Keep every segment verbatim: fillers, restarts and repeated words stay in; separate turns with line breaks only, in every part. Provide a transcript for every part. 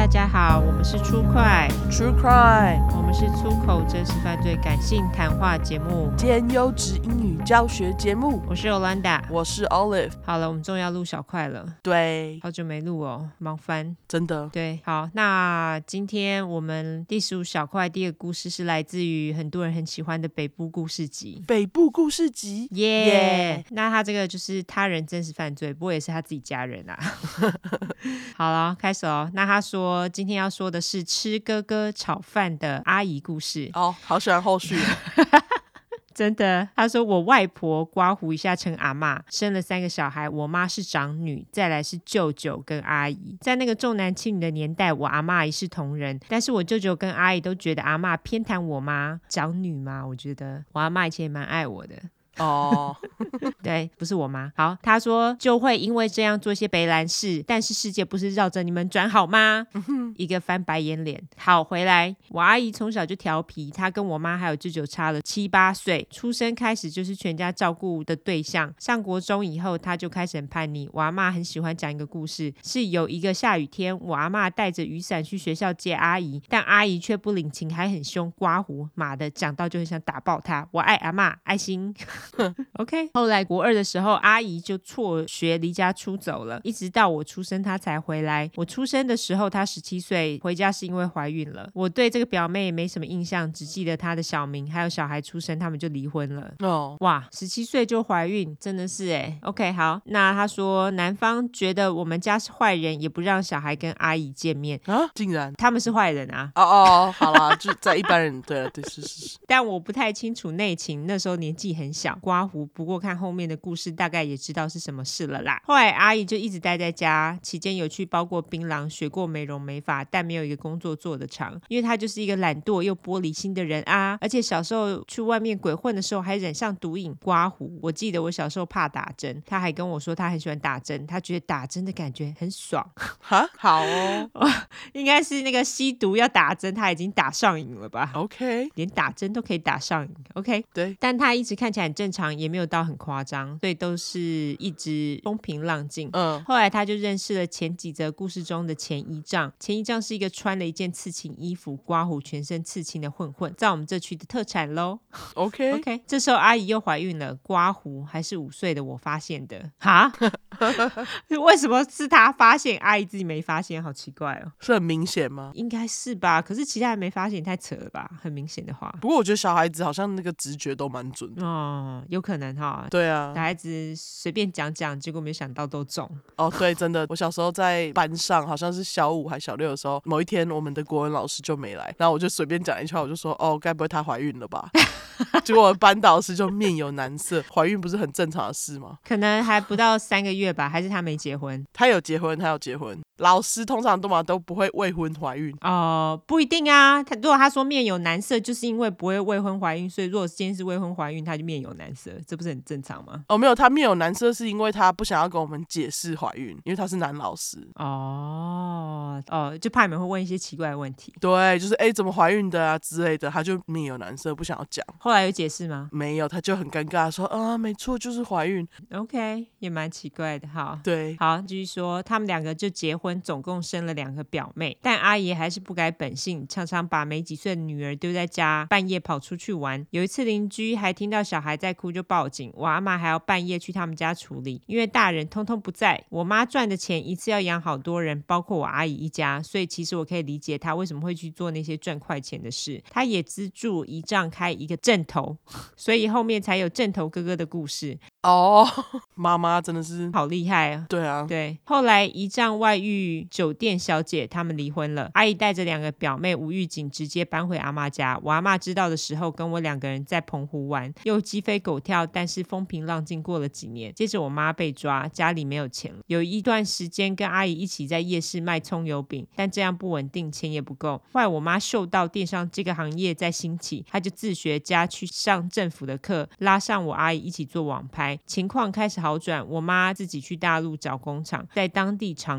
家好，我们是出快
True Crime，
我们是粗口真实犯罪感性谈话节目
兼优质英语教学节目。
我是 Olanda，
我是 Olive。
好了，我们终于要录小快了。
对，
好久没录哦，忙翻。
真的。
对，好，那今天我们第十五小块第二个故事是来自于很多人很喜欢的北部故事集。
北部故事集，
耶、yeah! 那他这个就是他人真实犯罪，不过也是他自己家人啊。好了，开始哦。那他说今天要说的是吃哥哥炒饭的阿姨故事。
哦，好喜欢后续。
真的，他说我外婆刮胡一下称阿嬷，生了三个小孩，我妈是长女，再来是舅舅跟阿姨。在那个重男轻女的年代，我阿嬷一视同仁，但是我舅舅跟阿姨都觉得阿嬷偏袒我妈，长女嘛，我觉得我阿嬷以前也蛮爱我的。
哦，
对，不是我妈。好，他说就会因为这样做一些北兰事，但是世界不是绕着你们转好吗？一个翻白眼脸。好，回来，我阿姨从小就调皮，她跟我妈还有舅舅差了七八岁，出生开始就是全家照顾的对象。上国中以后，她就开始很叛逆。我阿嬷很喜欢讲一个故事，是有一个下雨天，我阿嬷带着雨伞去学校接阿姨，但阿姨却不领情，还很凶，刮胡，妈的，讲到就很想打爆她。我爱阿嬷，爱心。OK， 后来国二的时候，阿姨就辍学离家出走了，一直到我出生她才回来。我出生的时候她十七岁，回家是因为怀孕了。我对这个表妹也没什么印象，只记得她的小名，还有小孩出生，他们就离婚了。
哦，
哇，十七岁就怀孕，真的是哎。OK， 好，那她说男方觉得我们家是坏人，也不让小孩跟阿姨见面
啊，竟然
他们是坏人啊。
哦哦，好啦，就在一般人，对了，对，是是是。
但我不太清楚内情，那时候年纪很小，刮胡。不过看后面的故事，大概也知道是什么事了啦。后来阿姨就一直待在家，期间有去包过槟榔，学过美容美发，但没有一个工作做得长，因为她就是一个懒惰又玻璃心的人啊。而且小时候去外面鬼混的时候，还染上毒瘾刮胡。我记得我小时候怕打针，她还跟我说她很喜欢打针，她觉得打针的感觉很爽。
哈，好哦，
应该是那个吸毒要打针，她已经打上瘾了吧
OK，
连打针都可以打上瘾 OK，
对，
但她一直看起来很正常，也没有到很夸张，所以都是一直风平浪静。
嗯，
后来他就认识了前几则故事中的前姨丈。前姨丈是一个穿了一件刺青衣服，刮胡全身刺青的混混，在我们这区的特产咯。
OK
OK， 这时候阿姨又怀孕了，刮胡还是五岁的我发现的。哈为什么是他发现，阿姨自己没发现？好奇怪哦。
是很明显吗？
应该是吧，可是其他人没发现，太扯了吧。很明显的话，
不过我觉得小孩子好像那个直觉都蛮准的。
哦，有可能哈。
对啊，
小孩子随便讲讲，结果没想到都中。
哦，对，真的，我小时候在班上，好像是小五还小六的时候，某一天我们的国文老师就没来，然后我就随便讲一句话，我就说，哦，该不会她怀孕了吧？结果班导师就面有难色。怀孕不是很正常的事吗？
可能还不到三个月吧，还是他没结婚？
他有结婚，他有结婚。老师通常都嘛都不会未婚怀孕
哦、呃，不一定啊。他如果他说面有难色，就是因为不会未婚怀孕，所以如果今天是未婚怀孕，他就面有难色，这不是很正常吗？
哦，没有，他面有难色是因为他不想要跟我们解释怀孕，因为他是男老师。
哦哦，就怕你们会问一些奇怪的问题。
对，就是哎怎么怀孕的啊之类的，他就面有难色，不想要讲。
后来有解释吗？
没有，他就很尴尬说啊，没错，就是怀孕。
OK， 也蛮奇怪的。好，
对，
好，继续说，他们两个就结婚，总共生了两个表妹，但阿姨还是不改本性，常常把没几岁的女儿丢在家，半夜跑出去玩。有一次邻居还听到小孩在哭就报警，我阿嬷还要半夜去他们家处理，因为大人通通不在。我妈赚的钱一次要养好多人，包括我阿姨一家，所以其实我可以理解她为什么会去做那些赚快钱的事。她也资助姨丈开一个镇头，所以后面才有镇头哥哥的故事。
哦，妈妈真的是
好厉害啊。
对啊，
对，后来姨丈外遇酒店小姐他们离婚了，阿姨带着两个表妹无预警直接搬回阿嬷家。我阿嬷知道的时候，跟我两个人在澎湖玩，又鸡飞狗跳，但是风平浪静过了几年。接着我妈被抓，家里没有钱了，有一段时间跟阿姨一起在夜市卖葱油饼，但这样不稳定，钱也不够。后来我妈嗅到电商这个行业在兴起，她就自学家去上政府的课，拉上我阿姨一起做网拍。情况开始好转，我妈自己去大陆找工厂，在当地常住。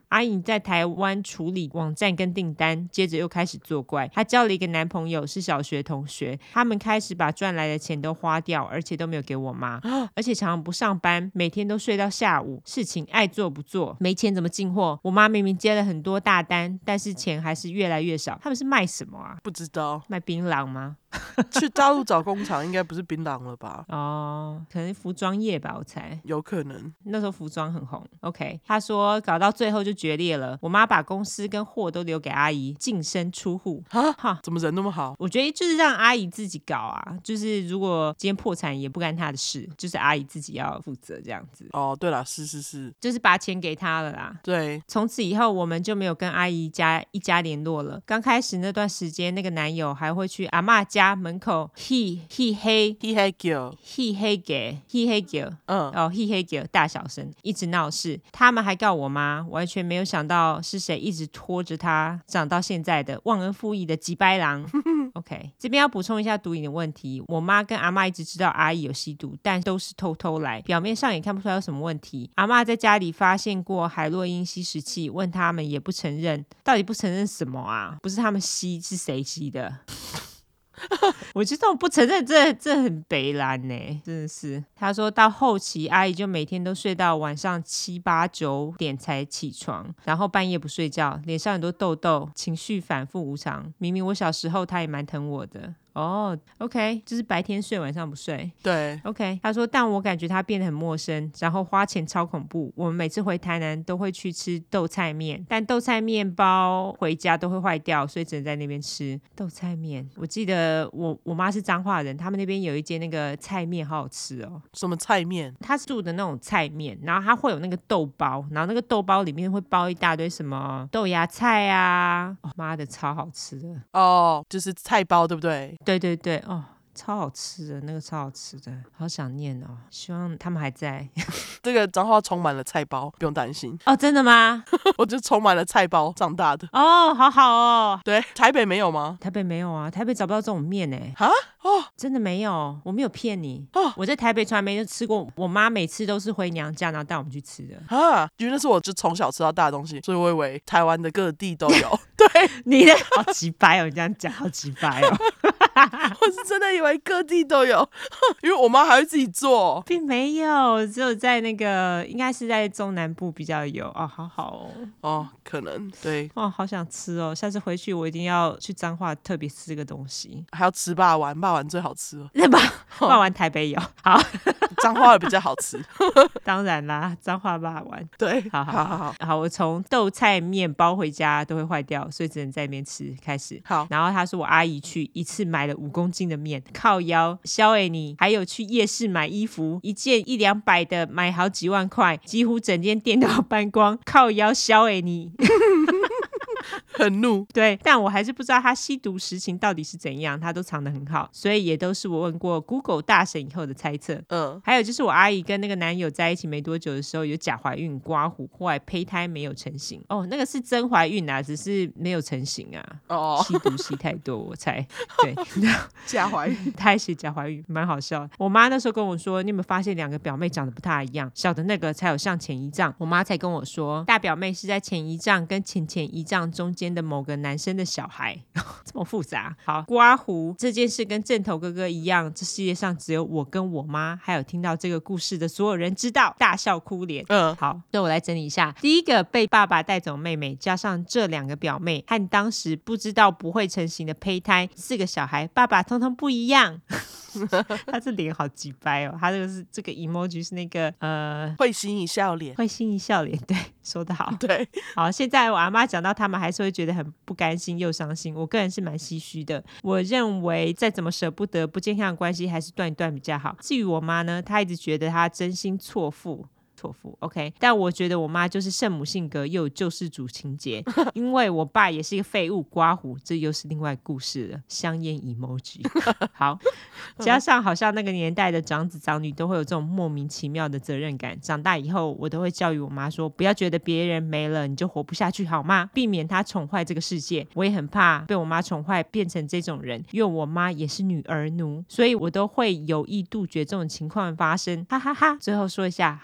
阿姨在台湾处理网站跟订单，接着又开始作怪。她交了一个男朋友，是小学同学，他们开始把赚来的钱都花掉，而且都没有给我妈，而且常常不上班，每天都睡到下午，事情爱做不做，没钱怎么进货？我妈明明接了很多大单，但是钱还是越来越少。他们是卖什么啊？
不知道。
卖槟榔吗？
去大陆找工厂应该不是槟榔了吧？
哦，可能服装业吧，我猜。
有可能。
那时候服装很红。 OK， 他说搞到最后就决裂了，我妈把公司跟货都留给阿姨，净身出户。
哈，怎么人那么好？
我觉得就是让阿姨自己搞啊，就是如果今天破产也不干她的事，就是阿姨自己要负责这样子。
哦，对啦，是是是，
就是把钱给她了啦。
对，
从此以后我们就没有跟阿姨家一家联络了。刚开始那段时间，那个男友还会去阿嬷家门口 he he hey
he hey girl
he hey ge he hey girl
嗯，
哦 he hey girl 大小声一直闹事。他们还告我妈，完全没有想到是谁一直拖着他长到现在的忘恩负义的吉掰郎。OK， 这边要补充一下毒瘾的问题。我妈跟阿嬷一直知道阿姨有吸毒，但都是偷偷来，表面上也看不出来有什么问题。阿嬷在家里发现过海洛因吸食器，问他们也不承认。到底不承认什么啊？不是他们吸，是谁吸的？我觉得这种不承认这这很北蓝呢，真的是。他说到后期阿姨就每天都睡到晚上七八九点才起床，然后半夜不睡觉，脸上很多痘痘，情绪反复无常。明明我小时候她也蛮疼我的。哦、oh, OK， 就是白天睡晚上不睡。
对
OK， 他说但我感觉他变得很陌生，然后花钱超恐怖。我们每次回台南都会去吃豆菜面，但豆菜面包回家都会坏掉，所以只能在那边吃豆菜面。我记得我我妈是彰化人，他们那边有一间那个菜面好好吃哦。
什么菜面？
他住的那种菜面，然后他会有那个豆包，然后那个豆包里面会包一大堆什么豆芽菜啊，哦妈的超好吃的
哦，就是菜包对不对？
对对对，哦，超好吃的，那个超好吃的，好想念哦，希望他们还在。
这个彰化充满了菜包，不用担心。
哦，真的吗？
我就充满了菜包长大的。
哦，好好哦。
对，台北没有吗？
台北没有啊，台北找不到这种面哎。
哈哦，
真的没有，我没有骗你。
哦，
我在台北从来没吃过，我妈每次都是回娘家，然后带我们去吃的。
啊，因为那是我就从小吃到大的东西，所以我以为台湾的各地都有。对，
你的好奇掰哦，你这样讲好奇掰哦。
我是真的以为各地都有，因为我妈还会自己做，
并没有，只有在那个应该是在中南部比较有哦，好好哦。
哦，可能对
哦，好想吃哦，下次回去我一定要去彰化特别吃这个东西。
还要吃霸丸，霸丸最好吃了。
那吧，霸丸台北有，好，
彰化的比较好吃。
当然啦，彰化霸丸。
对，
好好好好好，我从豆菜面包回家都会坏掉，所以只能在那边吃。开始
好，
然后他说我阿姨去一次买了五公斤的面，靠腰肖诶你，还有去夜市买衣服，一件一两百的买好几万块，几乎整间店都要搬光，靠腰肖诶你。
很怒。
对，但我还是不知道他吸毒实情到底是怎样，他都藏得很好，所以也都是我问过 Google 大神以后的猜测。
嗯，
还有就是我阿姨跟那个男友在一起没多久的时候有假怀孕刮胡，后来胚胎没有成型。哦，那个是真怀孕啊，只是没有成型啊。
哦，
吸毒吸太多我猜。对，
假怀孕，
他还写假怀孕，蛮好笑的。我妈那时候跟我说，你有没有发现两个表妹长得不太一样，小的那个才有像前姨丈。我妈才跟我说，大表妹是在前姨丈跟前前姨丈中间的某个男生的小孩。这么复杂。好，刮胡这件事跟正头哥哥一样，这世界上只有我跟我妈还有听到这个故事的所有人知道，大笑哭脸。
嗯，
好，那我来整理一下。第一个被爸爸带走妹妹，加上这两个表妹和当时不知道不会成型的胚胎，四个小孩爸爸通通不一样。他这脸好鸡掰哦，他这个是这个 emoji 是那个呃
会心一笑脸，
会心一笑脸，对，说得好。
对，
好，现在我阿妈讲到他们还是会觉得很不甘心又伤心，我个人是蛮唏嘘的。我认为再怎么舍不得不健康的关系还是断一断比较好。至于我妈呢，她一直觉得她真心错付错付 OK， 但我觉得我妈就是圣母性格又有救世主情节，因为我爸也是一个废物刮胡，这又是另外故事了。香烟 emoji 好，加上好像那个年代的长子长女都会有这种莫名其妙的责任感，长大以后我都会教育我妈说，不要觉得别人没了你就活不下去好吗？避免她宠坏这个世界。我也很怕被我妈宠坏变成这种人，因为我妈也是女儿奴，所以我都会有意杜绝这种情况发生，哈哈哈。最后说一下，好啦，拜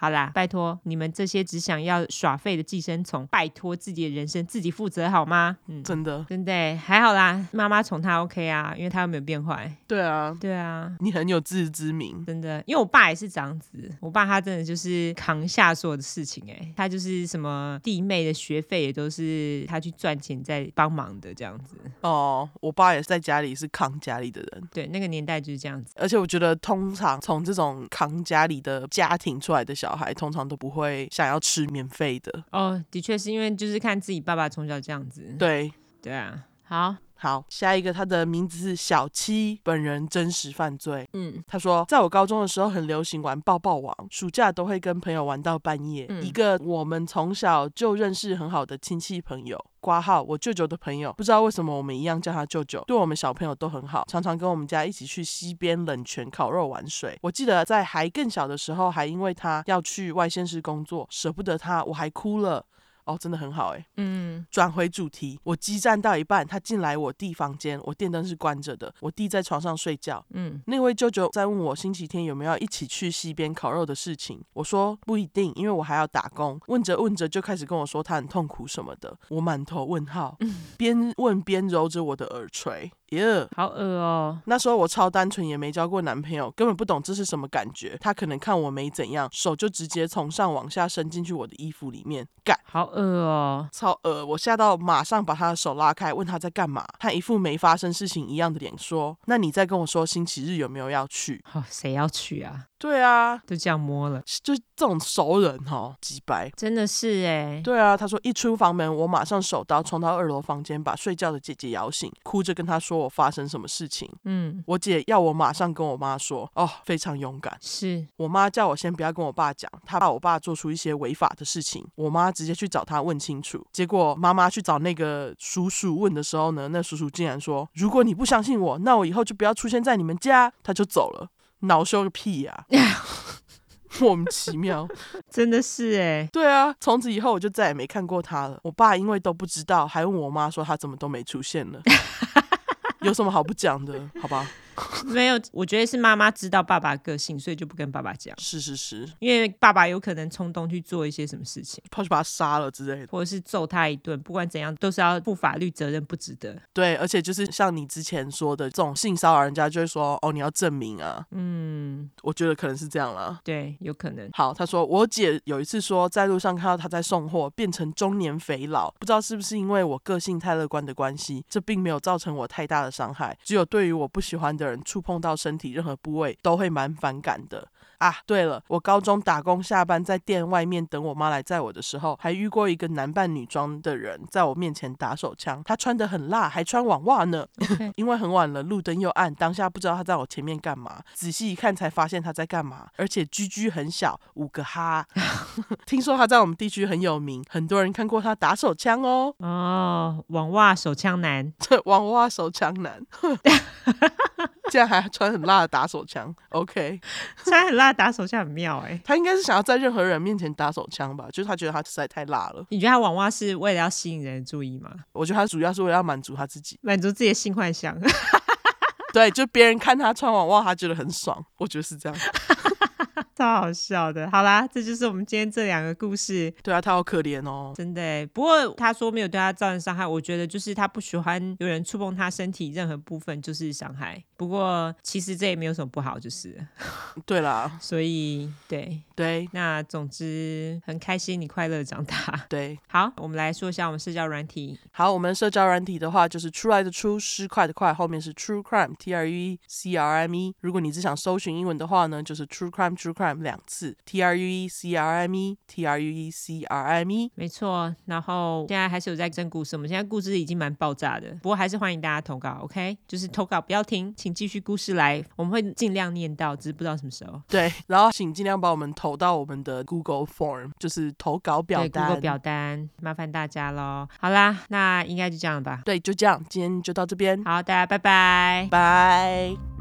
拜托你们这些只想要耍废的寄生虫，拜托自己的人生自己负责好吗？嗯，
真的
真的耶还好啦，妈妈宠他 OK 啊，因为他又没有变坏。
对啊，
对啊，
你很有自知之明。
真的，因为我爸也是这样子，我爸他真的就是扛下所有的事情，哎，他就是什么弟妹的学费也都是他去赚钱在帮忙的这样子。
哦，我爸也是在家里是扛家里的人。
对，那个年代就是这样子。
而且我觉得通常从这种扛家里的家庭出来的小孩，通常都不会想要吃免费的。
哦，的确是因为就是看自己爸爸从小这样子。
对
对啊，好。
好，下一个他的名字是小七，本人真实犯罪。
嗯，
他说在我高中的时候很流行玩抱抱网，暑假都会跟朋友玩到半夜。
嗯
一个我们从小就认识很好的亲戚朋友，括号我舅舅的朋友，不知道为什么我们一样叫他舅舅，对我们小朋友都很好，常常跟我们家一起去溪边冷泉烤肉玩水。我记得在还更小的时候，还因为他要去外县市工作，舍不得他，我还哭了。哦，真的很好哎。
嗯，
转回主题，我激战到一半，他进来我弟房间，我电灯是关着的，我弟在床上睡觉。
嗯，
那位舅舅在问我星期天有没有要一起去溪边烤肉的事情，我说不一定，因为我还要打工。问着问着就开始跟我说他很痛苦什么的，我满头问号，边问边揉着我的耳垂。耶、
好恶哦。
那时候我超单纯，也没交过男朋友，根本不懂这是什么感觉。他可能看我没怎样，手就直接从上往下伸进去我的衣服里面，干，
好恶哦。
超恶！我吓到，马上把他的手拉开，问他在干嘛。他一副没发生事情一样的脸说：“那你再跟我说星期日有没有要去？”
好、谁要去啊？
对啊，
就这样摸了，
就这种熟人哈，几白。
真的是哎。
对啊，他说一出房门，我马上手刀冲到二楼房间，把睡觉的姐姐摇醒，哭着跟她说我发生什么事情。
嗯，
我姐要我马上跟我妈说，哦，非常勇敢。
是。
我妈叫我先不要跟我爸讲，她怕我爸做出一些违法的事情。我妈直接去找他问清楚，结果妈妈去找那个叔叔问的时候呢，那叔叔竟然说，如果你不相信我，那我以后就不要出现在你们家，他就走了。恼羞个屁呀、啊！莫名其妙，
真的是哎。
对啊，从此以后我就再也没看过他了。我爸因为都不知道，还问我妈说他怎么都没出现了。有什么好不讲的？好吧。
没有，我觉得是妈妈知道爸爸的个性，所以就不跟爸爸讲。
是是是，
因为爸爸有可能冲动去做一些什么事情，
跑去把他杀了之类的，
或者是揍他一顿，不管怎样都是要负法律责任，不值得。
对，而且就是像你之前说的这种性骚扰，人家就会说哦，你要证明啊。
嗯，
我觉得可能是这样啦。
对，有可能。
好，他说我姐有一次说在路上看到他在送货，变成中年肥佬，不知道是不是因为我个性太乐观的关系，这并没有造成我太大的伤害，只有对于我不喜欢的人触碰到身体任何部位都会蛮反感的。啊，对了，我高中打工下班在店外面等我妈来载我的时候，还遇过一个男扮女装的人在我面前打手枪，他穿得很辣，还穿网袜呢。
Okay.
因为很晚了，路灯又暗，当下不知道他在我前面干嘛，仔细一看才发现他在干嘛，而且居居很小，五个哈。听说他在我们地区很有名，很多人看过他打手枪哦。
哦，网袜手枪男，
网袜手枪男。竟然还穿很辣的打手枪 ，OK，
穿很辣打手枪很妙哎、欸。
他应该是想要在任何人面前打手枪吧，就是他觉得他实在太辣了。
你觉得他网袜是为了要吸引人的注意吗？
我觉得他主要是为了要满足他自己，
满足自己的性幻想。
对，就别人看他穿网袜，他觉得很爽，我觉得是这样。
超好笑的。好啦，这就是我们今天这两个故事。
对啊，他好可怜哦，
真的耶。不过他说没有对他造成伤害，我觉得就是他不喜欢有人触碰他身体任何部分就是伤害。不过其实这也没有什么不好，就是
对啦，
所以对
对，
那总之很开心你快乐长大。
对，
好，我们来说一下我们社交软体。
好，我们社交软体的话就是出来的出，失快的快，后面是 True Crime T R U E C R M E。如果你只想搜寻英文的话呢，就是 True Crime True Crime 两次 T R U E C R M E T R U E C R M E。
没错，然后现在还是有在征故事，我们现在故事已经蛮爆炸的，不过还是欢迎大家投稿 OK， 就是投稿不要停，请继续故事来，我们会尽量念到，只是不知道什么时候。
对，然后请尽量把我们投到我们的 Google Form， 就是投稿表单。
对 Google 表单，麻烦大家咯。好啦，那应该就这样了吧。
对，就这样，今天就到这边，
好，大家拜拜。
拜。